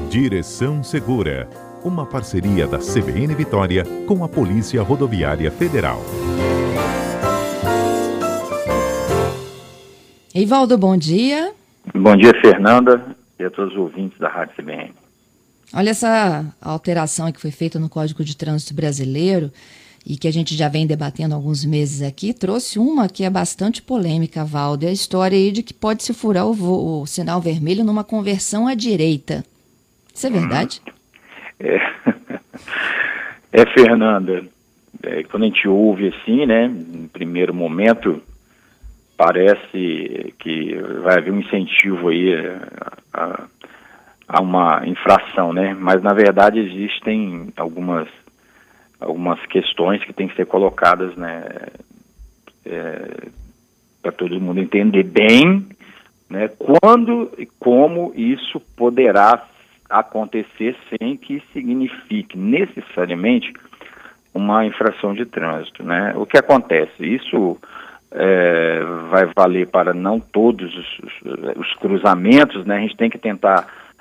Direção Segura, uma parceria da CBN Vitória com a Polícia Rodoviária Federal. Eivaldo, bom dia. Bom dia, Fernanda, e a todos os ouvintes da Rádio CBN. Olha, essa alteração que foi feita no Código de Trânsito Brasileiro e que a gente já vem debatendo há alguns meses aqui, trouxe uma que é bastante polêmica, Valdo, é a história aí de que pode se furar o sinal vermelho numa conversão à direita. Isso é verdade? Fernanda, quando a gente ouve assim, né, no primeiro momento, parece que vai haver um incentivo aí a uma infração, né, mas na verdade existem algumas questões que têm que ser colocadas, né, para todo mundo entender bem, né, quando e como isso poderá acontecer sem que signifique necessariamente uma infração de trânsito, né? O que acontece? Isso vai valer para não todos os cruzamentos, né? A gente tem que tentar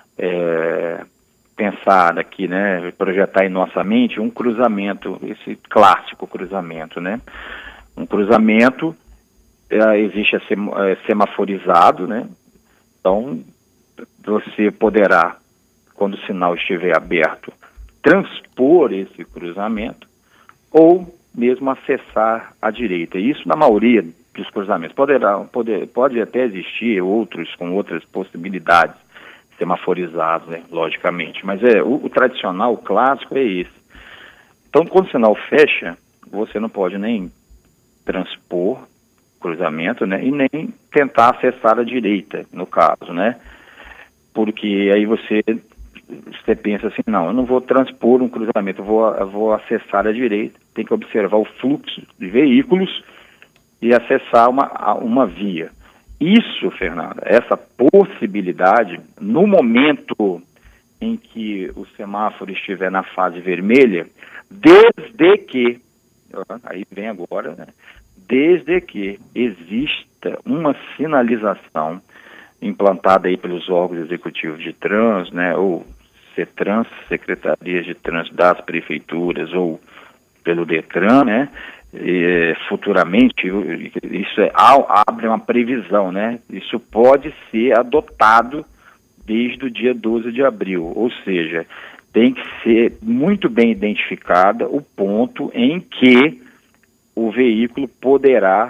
pensar aqui, né? Projetar em nossa mente um cruzamento, esse clássico cruzamento, né? Um cruzamento existe semaforizado, né? Então, você poderá, quando o sinal estiver aberto, transpor esse cruzamento ou mesmo acessar a direita. Isso na maioria dos cruzamentos. Pode até existir outros com outras possibilidades semaforizados, né, logicamente, mas o tradicional, o clássico é esse. Então, quando o sinal fecha, você não pode nem transpor cruzamento, né, e nem tentar acessar a direita, no caso, né, porque aí você pensa assim, não, eu não vou transpor um cruzamento, eu vou acessar a direita, tem que observar o fluxo de veículos e acessar uma via. Isso, Fernanda, essa possibilidade, no momento em que o semáforo estiver na fase vermelha, desde que, aí vem agora, né, desde que exista uma sinalização implantada aí pelos órgãos executivos de trânsito, né, ou CETRANS, Secretarias de Trânsito das Prefeituras, ou pelo DETRAN, né, futuramente, isso abre uma previsão, né, isso pode ser adotado desde o dia 12 de abril, ou seja, tem que ser muito bem identificada o ponto em que o veículo poderá,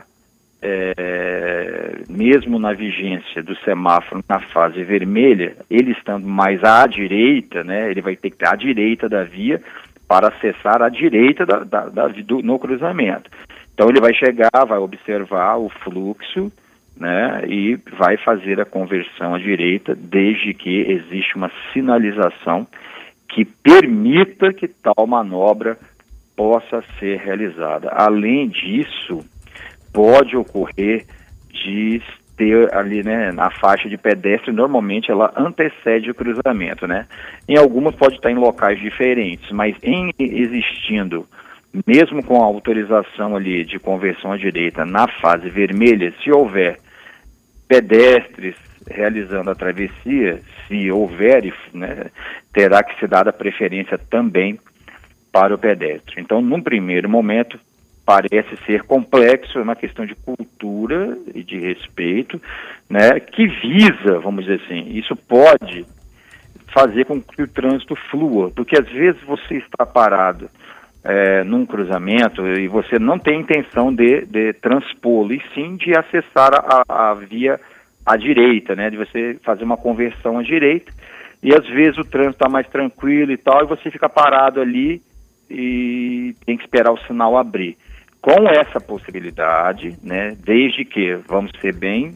mesmo na vigência do semáforo na fase vermelha, ele estando mais à direita, né, ele vai ter que estar à direita da via para acessar a direita no cruzamento. Então ele vai chegar, vai observar o fluxo, né, e vai fazer a conversão à direita, desde que existe uma sinalização que permita que tal manobra possa ser realizada. Além disso, pode ocorrer de ter ali, né, na faixa de pedestre, normalmente ela antecede o cruzamento, né? Em algumas pode estar em locais diferentes, mas existindo, mesmo com a autorização ali de conversão à direita na fase vermelha, se houver pedestres realizando a travessia, se houver, né, terá que ser dada preferência também para o pedestre. Então, num primeiro momento, parece ser complexo, é uma questão de cultura e de respeito, né, que visa, vamos dizer assim, isso pode fazer com que o trânsito flua, porque às vezes você está parado num cruzamento e você não tem intenção de transpô-lo, e sim de acessar a via à direita, né, de você fazer uma conversão à direita, e às vezes o trânsito está mais tranquilo e tal, e você fica parado ali e tem que esperar o sinal abrir. Com essa possibilidade, né, desde que vamos ser bem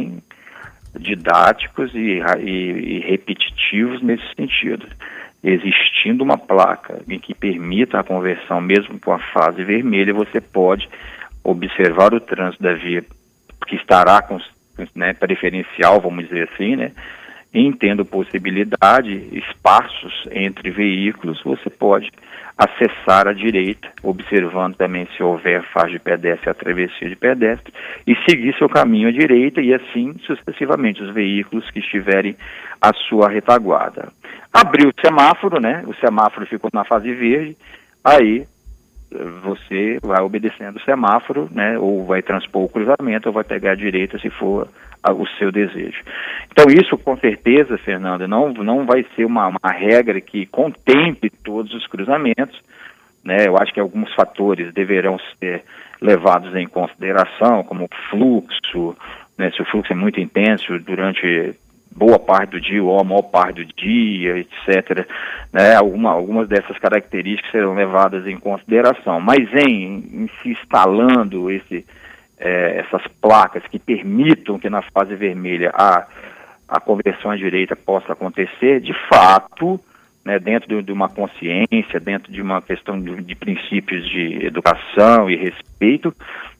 didáticos e repetitivos nesse sentido, existindo uma placa em que permita a conversão mesmo com a fase vermelha, você pode observar o trânsito da via que estará com, né, preferencial, vamos dizer assim, né, e tendo possibilidade, espaços entre veículos, você pode acessar a direita, observando também se houver faixa de pedestre, a travessia de pedestre, e seguir seu caminho à direita, e assim sucessivamente os veículos que estiverem à sua retaguarda. Abriu o semáforo, né? O semáforo ficou na fase verde, aí você vai obedecendo o semáforo, né? Ou vai transpor o cruzamento, ou vai pegar a direita se for o seu desejo. Então isso, com certeza, Fernanda, não vai ser uma regra que contemple todos os cruzamentos, né? Eu acho que alguns fatores deverão ser levados em consideração, como o fluxo, né? Se o fluxo é muito intenso durante boa parte do dia ou a maior parte do dia, etc., né? Algumas dessas características serão levadas em consideração. Mas em se instalando essas placas que permitam que na fase vermelha a conversão à direita possa acontecer, de fato, né, dentro de uma consciência, dentro de uma questão de princípios de educação e respeito,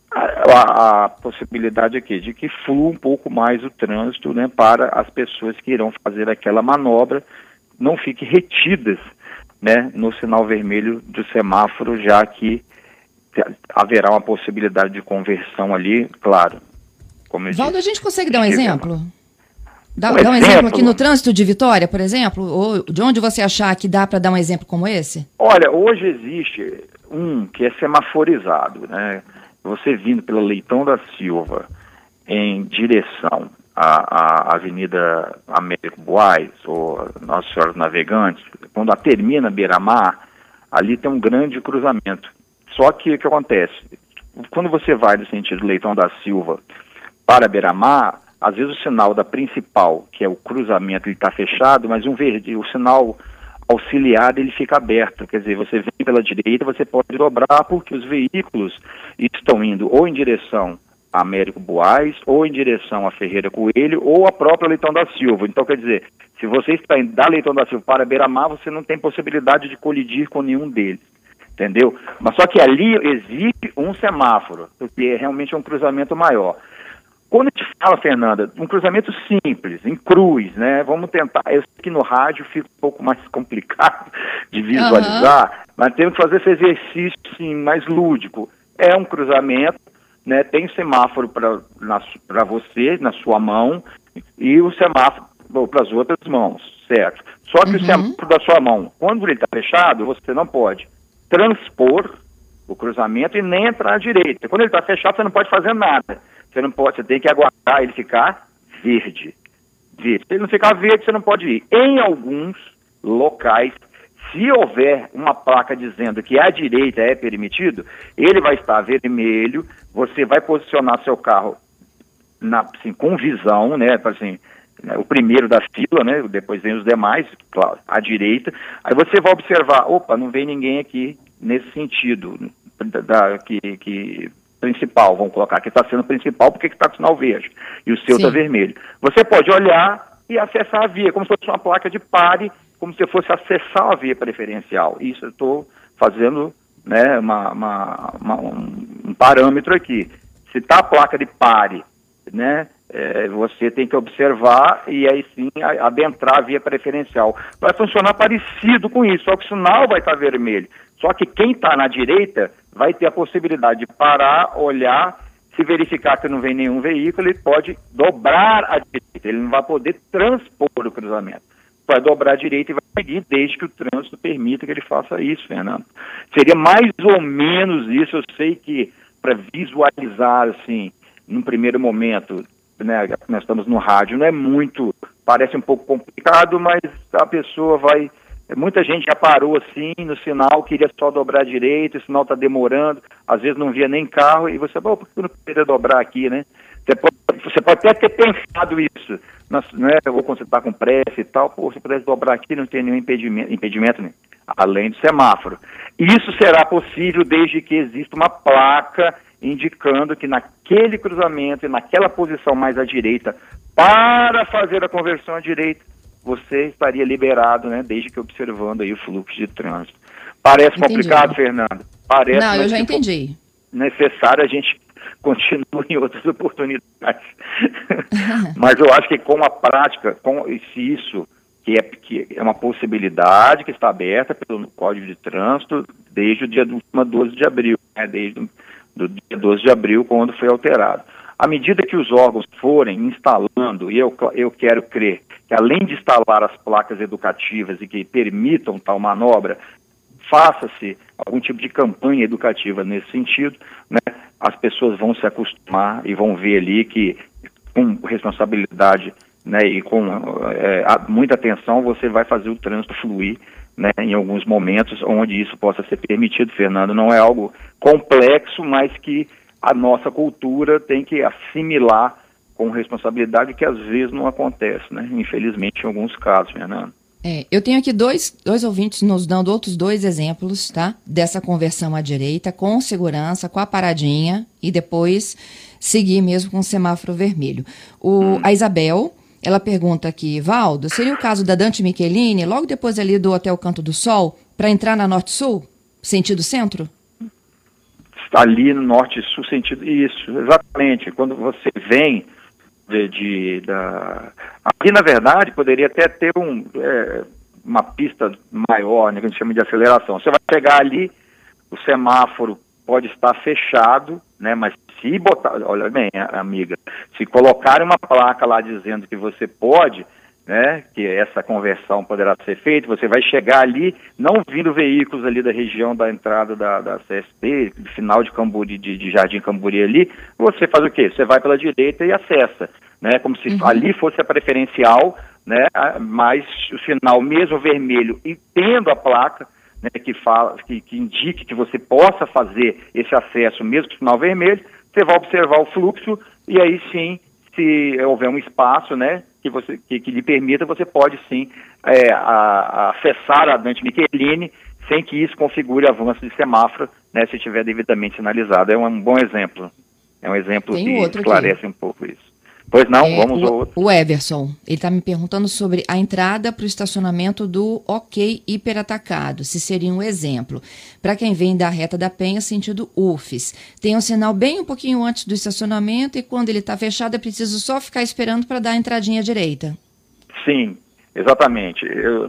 a possibilidade aqui de que flua um pouco mais o trânsito, né, para as pessoas que irão fazer aquela manobra não fiquem retidas, né, no sinal vermelho do semáforo, já que haverá uma possibilidade de conversão ali, claro. Valdo, a gente consegue dar um exemplo? Dá um exemplo aqui no trânsito de Vitória, por exemplo? Ou de onde você achar que dá para dar um exemplo como esse? Olha, hoje existe um que é semaforizado, né? Você vindo pela Leitão da Silva em direção à Avenida Américo Buarque, ou Nossa Senhora dos Navegantes, quando ela termina Beira-Mar, ali tem um grande cruzamento. Só que o que acontece? Quando você vai do sentido Leitão da Silva para Beira-Mar, às vezes o sinal da principal, que é o cruzamento, ele está fechado, mas o sinal auxiliar ele fica aberto. Quer dizer, você vem pela direita, você pode dobrar porque os veículos estão indo ou em direção a Américo Buarque, ou em direção a Ferreira Coelho, ou a própria Leitão da Silva. Então, quer dizer, se você está indo da Leitão da Silva para Beira-Mar, você não tem possibilidade de colidir com nenhum deles. Entendeu? Mas só que ali existe um semáforo, porque é realmente um cruzamento maior. Quando a gente fala, Fernanda, um cruzamento simples, em cruz, né? Vamos tentar, eu sei que no rádio fica um pouco mais complicado de visualizar, mas temos que fazer esse exercício, sim, mais lúdico. É um cruzamento, né? Tem semáforo para você, na sua mão, e o semáforo para as outras mãos, certo? Só que o semáforo da sua mão, quando ele está fechado, você não pode transpor o cruzamento e nem entrar à direita. Quando ele está fechado, você não pode fazer nada. Você tem que aguardar ele ficar verde. Se ele não ficar verde, você não pode ir. Em alguns locais, se houver uma placa dizendo que à direita é permitido, ele vai estar vermelho, você vai posicionar seu carro assim, com visão, né, assim, o primeiro da fila, né, depois vem os demais, claro, à direita. Aí você vai observar, opa, não vem ninguém aqui nesse sentido, que principal, vamos colocar, que está sendo principal porque está com sinal verde e o seu está vermelho. Você pode olhar e acessar a via, como se fosse uma placa de pare, como se fosse acessar a via preferencial. Isso eu estou fazendo, né, um parâmetro aqui. Se está a placa de pare, né, você tem que observar e aí sim adentrar a via preferencial. Vai funcionar parecido com isso, só que o sinal vai estar vermelho. Só que quem está na direita vai ter a possibilidade de parar, olhar, se verificar que não vem nenhum veículo, ele pode dobrar à direita, ele não vai poder transpor o cruzamento. Vai dobrar à direita e vai seguir desde que o trânsito permita que ele faça isso, Fernando. Seria mais ou menos isso. Eu sei que para visualizar, assim, num primeiro momento, né, nós estamos no rádio, não é muito, parece um pouco complicado, mas a pessoa vai... Muita gente já parou assim no sinal, queria só dobrar à direita, o sinal está demorando, às vezes não via nem carro, e você, por que eu não poderia dobrar aqui, né? Você pode até ter pensado isso, né? Ou quando você está com pressa e tal, se pudesse dobrar aqui, não tem nenhum impedimento, né? Além do semáforo. Isso será possível desde que exista uma placa indicando que naquele cruzamento e naquela posição mais à direita, para fazer a conversão à direita, você estaria liberado, né, desde que observando aí o fluxo de trânsito. Parece complicado, Fernando? Parece. Não, eu já entendi. Necessário a gente continue em outras oportunidades. Mas eu acho que com a prática, se isso que é uma possibilidade que está aberta pelo Código de Trânsito desde o dia 12 de abril, né, desde do dia 12 de abril, quando foi alterado. À medida que os órgãos forem instalando, e eu quero crer que além de instalar as placas educativas e que permitam tal manobra, faça-se algum tipo de campanha educativa nesse sentido, né? As pessoas vão se acostumar e vão ver ali que com responsabilidade, né, e com muita atenção você vai fazer o trânsito fluir, né, em alguns momentos onde isso possa ser permitido, Fernando. Não é algo complexo, mas que a nossa cultura tem que assimilar com responsabilidade, que às vezes não acontece, né? Infelizmente, em alguns casos, Fernando. Eu tenho aqui dois ouvintes nos dando outros 2 exemplos, tá? Dessa conversão à direita, com segurança, com a paradinha, e depois seguir mesmo com o semáforo vermelho. A Isabel, ela pergunta aqui, Valdo, seria o caso da Dante Michelini, logo depois ali do Hotel Canto do Sol, para entrar na Norte-Sul, sentido centro? Ali no Norte-Sul, sentido... Isso, exatamente. Quando você vem aqui, na verdade, poderia até ter uma pista maior, né, que a gente chama de aceleração. Você vai chegar ali, o semáforo pode estar fechado, né, mas se botar, olha bem, amiga, se colocar uma placa lá dizendo que você pode, né, que essa conversão poderá ser feita, você vai chegar ali, não vindo veículos ali da região da entrada da CSP, final de Camburi, de Jardim Camburi ali, você faz o quê? Você vai pela direita e acessa, né, como se ali fosse a preferencial, né, mas o sinal mesmo vermelho, e tendo a placa, né, que indique que você possa fazer esse acesso mesmo com o sinal vermelho, você vai observar o fluxo e aí sim, se houver um espaço, né, que lhe permita, você pode sim acessar a Dante Michelini sem que isso configure avanço de semáforo, né, se estiver devidamente sinalizado. É um bom exemplo. É um exemplo que esclarece um pouco isso. Pois não, vamos ao outro. O Everson, ele está me perguntando sobre a entrada para o estacionamento do OK Hiperatacado, se seria um exemplo. Para quem vem da Reta da Penha, sentido UFES. Tem um sinal bem um pouquinho antes do estacionamento e quando ele está fechado é preciso só ficar esperando para dar a entradinha à direita. Sim, exatamente.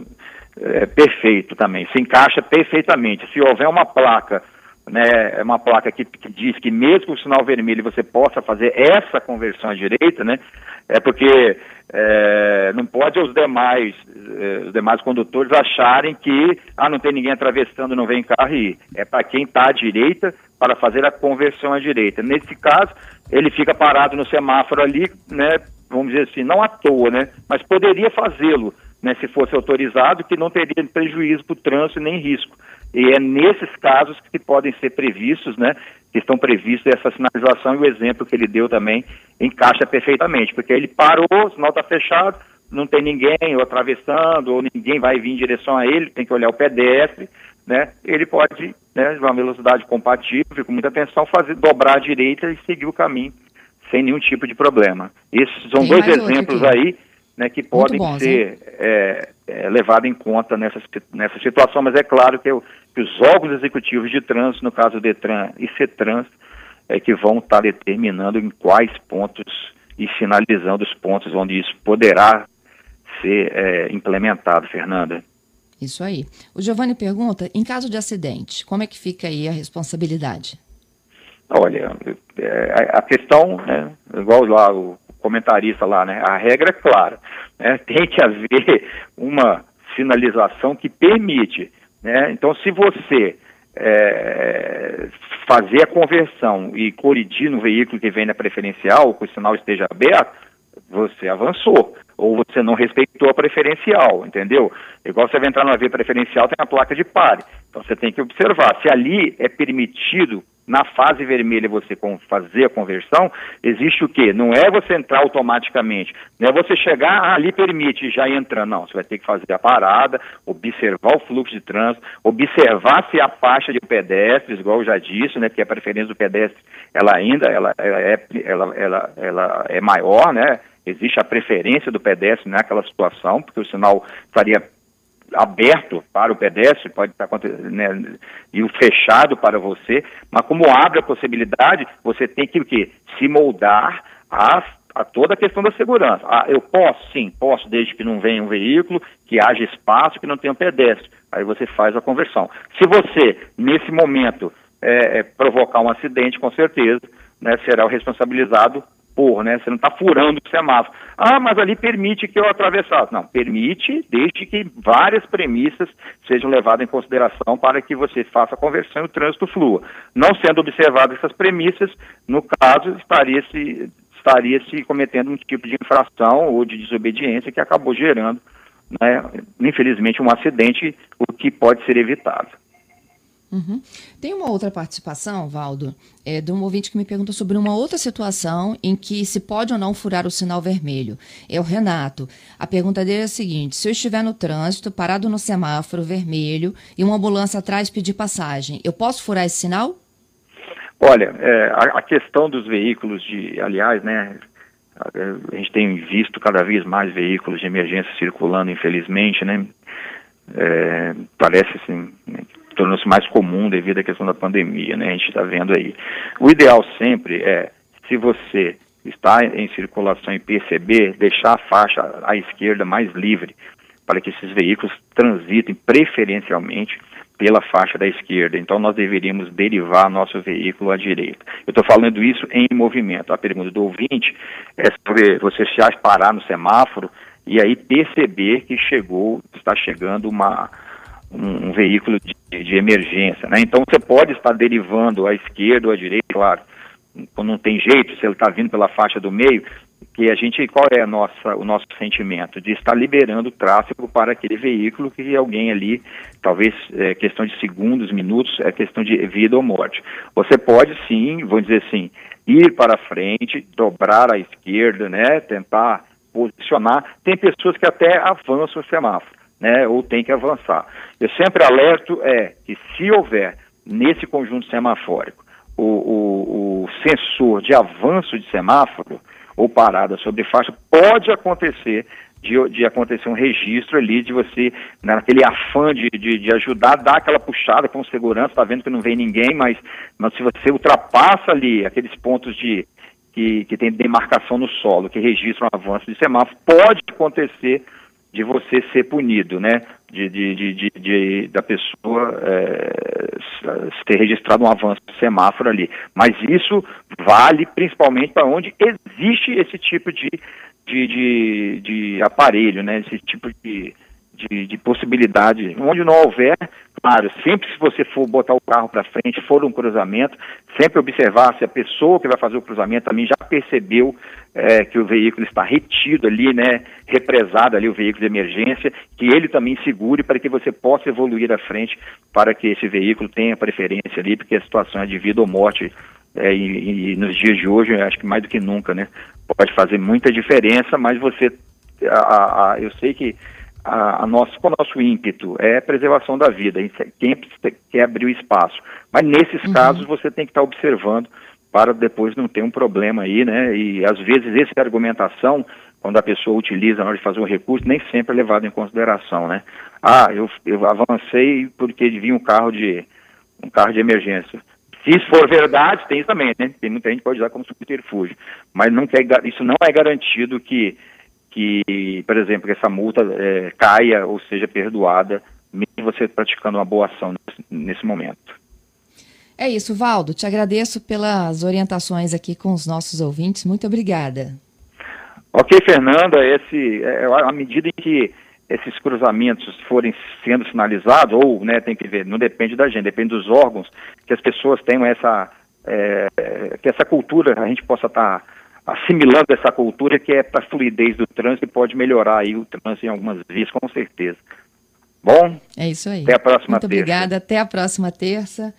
Perfeito também, se encaixa perfeitamente. Se houver uma placa, né, uma placa que diz que mesmo com o sinal vermelho você possa fazer essa conversão à direita, né, porque não pode os demais condutores acharem que não tem ninguém atravessando, não vem carro e ir. É para quem está à direita para fazer a conversão à direita. Nesse caso, ele fica parado no semáforo ali, né, vamos dizer assim, não à toa, né, mas poderia fazê-lo, né, se fosse autorizado, que não teria prejuízo para o trânsito nem risco. E é nesses casos que podem ser previstos, né, que estão previstos essa sinalização, e o exemplo que ele deu também encaixa perfeitamente, porque ele parou, o sinal está fechado, não tem ninguém ou atravessando, ou ninguém vai vir em direção a ele, tem que olhar o pedestre, né, ele pode, né, de uma velocidade compatível, com muita atenção, dobrar à direita e seguir o caminho sem nenhum tipo de problema. Esses são 2 exemplos aí, né, que podem ser levados em conta nessa situação, mas é claro que os órgãos executivos de trânsito, no caso DETRAN e CETRANS, que vão estar determinando em quais pontos e sinalizando os pontos onde isso poderá ser implementado, Fernanda. Isso aí. O Giovanni pergunta, em caso de acidente, como é que fica aí a responsabilidade? Olha, a questão, né, igual lá o comentarista lá, né, a regra é clara, né, tem que haver uma sinalização que permite, né, então se você fazer a conversão e colidir no veículo que vem na preferencial, que o sinal esteja aberto, você avançou, ou você não respeitou a preferencial, entendeu? Igual você vai entrar na via preferencial, tem a placa de pare, então você tem que observar, se ali é permitido na fase vermelha você fazer a conversão, existe o quê? Não é você entrar automaticamente, não é você chegar, ali permite já entrar, não, você vai ter que fazer a parada, observar o fluxo de trânsito, observar se a faixa de pedestres, igual eu já disse, né, que a preferência do pedestre, ela é maior, né, existe a preferência do pedestre naquela situação, porque o sinal estaria aberto para o pedestre, pode estar acontecendo, né, e o fechado para você, mas como abre a possibilidade, você tem que o quê? Se moldar a toda a questão da segurança. Eu posso? Sim, posso, desde que não venha um veículo, que haja espaço, que não tenha um pedestre. Aí você faz a conversão. Se você, nesse momento, provocar um acidente, com certeza, né, será o responsabilizado transpor, né? Você não está furando o semáforo. Ah, mas ali permite que eu atravessasse. Não, permite, desde que várias premissas sejam levadas em consideração para que você faça a conversão e o trânsito flua. Não sendo observadas essas premissas, no caso, estaria-se cometendo um tipo de infração ou de desobediência que acabou gerando, né, infelizmente, um acidente, o que pode ser evitado. Uhum. Tem uma outra participação, Valdo, de um ouvinte que me pergunta sobre uma outra situação em que se pode ou não furar o sinal vermelho. É o Renato. A pergunta dele é a seguinte: se eu estiver no trânsito, parado no semáforo vermelho e uma ambulância atrás pedir passagem, eu posso furar esse sinal? Olha, a questão dos veículos aliás, né, a gente tem visto cada vez mais veículos de emergência circulando, infelizmente, né, parece assim, né, tornou-se mais comum devido à questão da pandemia, né? A gente está vendo aí. O ideal sempre é, se você está em circulação e perceber, deixar a faixa à esquerda mais livre, para que esses veículos transitem preferencialmente pela faixa da esquerda. Então nós deveríamos derivar nosso veículo à direita. Eu estou falando isso em movimento. A pergunta do ouvinte é sobre você já parar no semáforo e aí perceber que está chegando um veículo de emergência, né? Então você pode estar derivando à esquerda ou à direita, claro, quando não tem jeito, se ele está vindo pela faixa do meio, qual é o nosso sentimento? De estar liberando o tráfego para aquele veículo que alguém ali, talvez questão de segundos, minutos, é questão de vida ou morte. Você pode sim, vamos dizer assim, ir para frente, dobrar à esquerda, né? Tentar posicionar. Tem pessoas que até avançam o semáforo, né, ou tem que avançar. Eu sempre alerto que se houver nesse conjunto semafórico o sensor de avanço de semáforo ou parada sobre faixa, pode acontecer de acontecer um registro ali de você, naquele afã de ajudar, dar aquela puxada com segurança, está vendo que não vem ninguém, mas se você ultrapassa ali aqueles pontos que tem demarcação no solo, que registram um avanço de semáforo, pode acontecer de você ser punido, né, da pessoa ter registrado um avanço do semáforo ali. Mas isso vale principalmente para onde existe esse tipo de aparelho, né, esse tipo de possibilidade. Onde não houver, claro, sempre se você for botar o carro para frente, for um cruzamento, sempre observar se a pessoa que vai fazer o cruzamento também já percebeu que o veículo está retido ali, né, represado ali, o veículo de emergência, que ele também segure para que você possa evoluir à frente para que esse veículo tenha preferência ali, porque a situação é de vida ou morte, e nos dias de hoje, eu acho que mais do que nunca, né, pode fazer muita diferença, mas eu sei que o nosso ímpeto é a preservação da vida, a gente sempre quer abrir o espaço, mas nesses casos você tem que estar observando para depois não ter um problema aí, né, e às vezes essa argumentação, quando a pessoa utiliza na hora de fazer um recurso, nem sempre é levado em consideração, né. Eu avancei porque vinha um carro de emergência. Se isso for verdade, tem isso também, né, tem muita gente que pode usar como subterfúgio, mas isso não é garantido que, por exemplo, que essa multa caia ou seja perdoada, mesmo você praticando uma boa ação nesse momento. É isso, Valdo. Te agradeço pelas orientações aqui com os nossos ouvintes. Muito obrigada. Ok, Fernanda. À medida em que esses cruzamentos forem sendo sinalizados, ou, né, tem que ver, não depende da gente, depende dos órgãos, que as pessoas tenham que essa cultura, a gente possa estar assimilando essa cultura que é para a fluidez do trânsito e pode melhorar aí o trânsito em algumas vias, com certeza. Bom? É isso aí. Até a próxima terça. Muito obrigada. Até a próxima terça.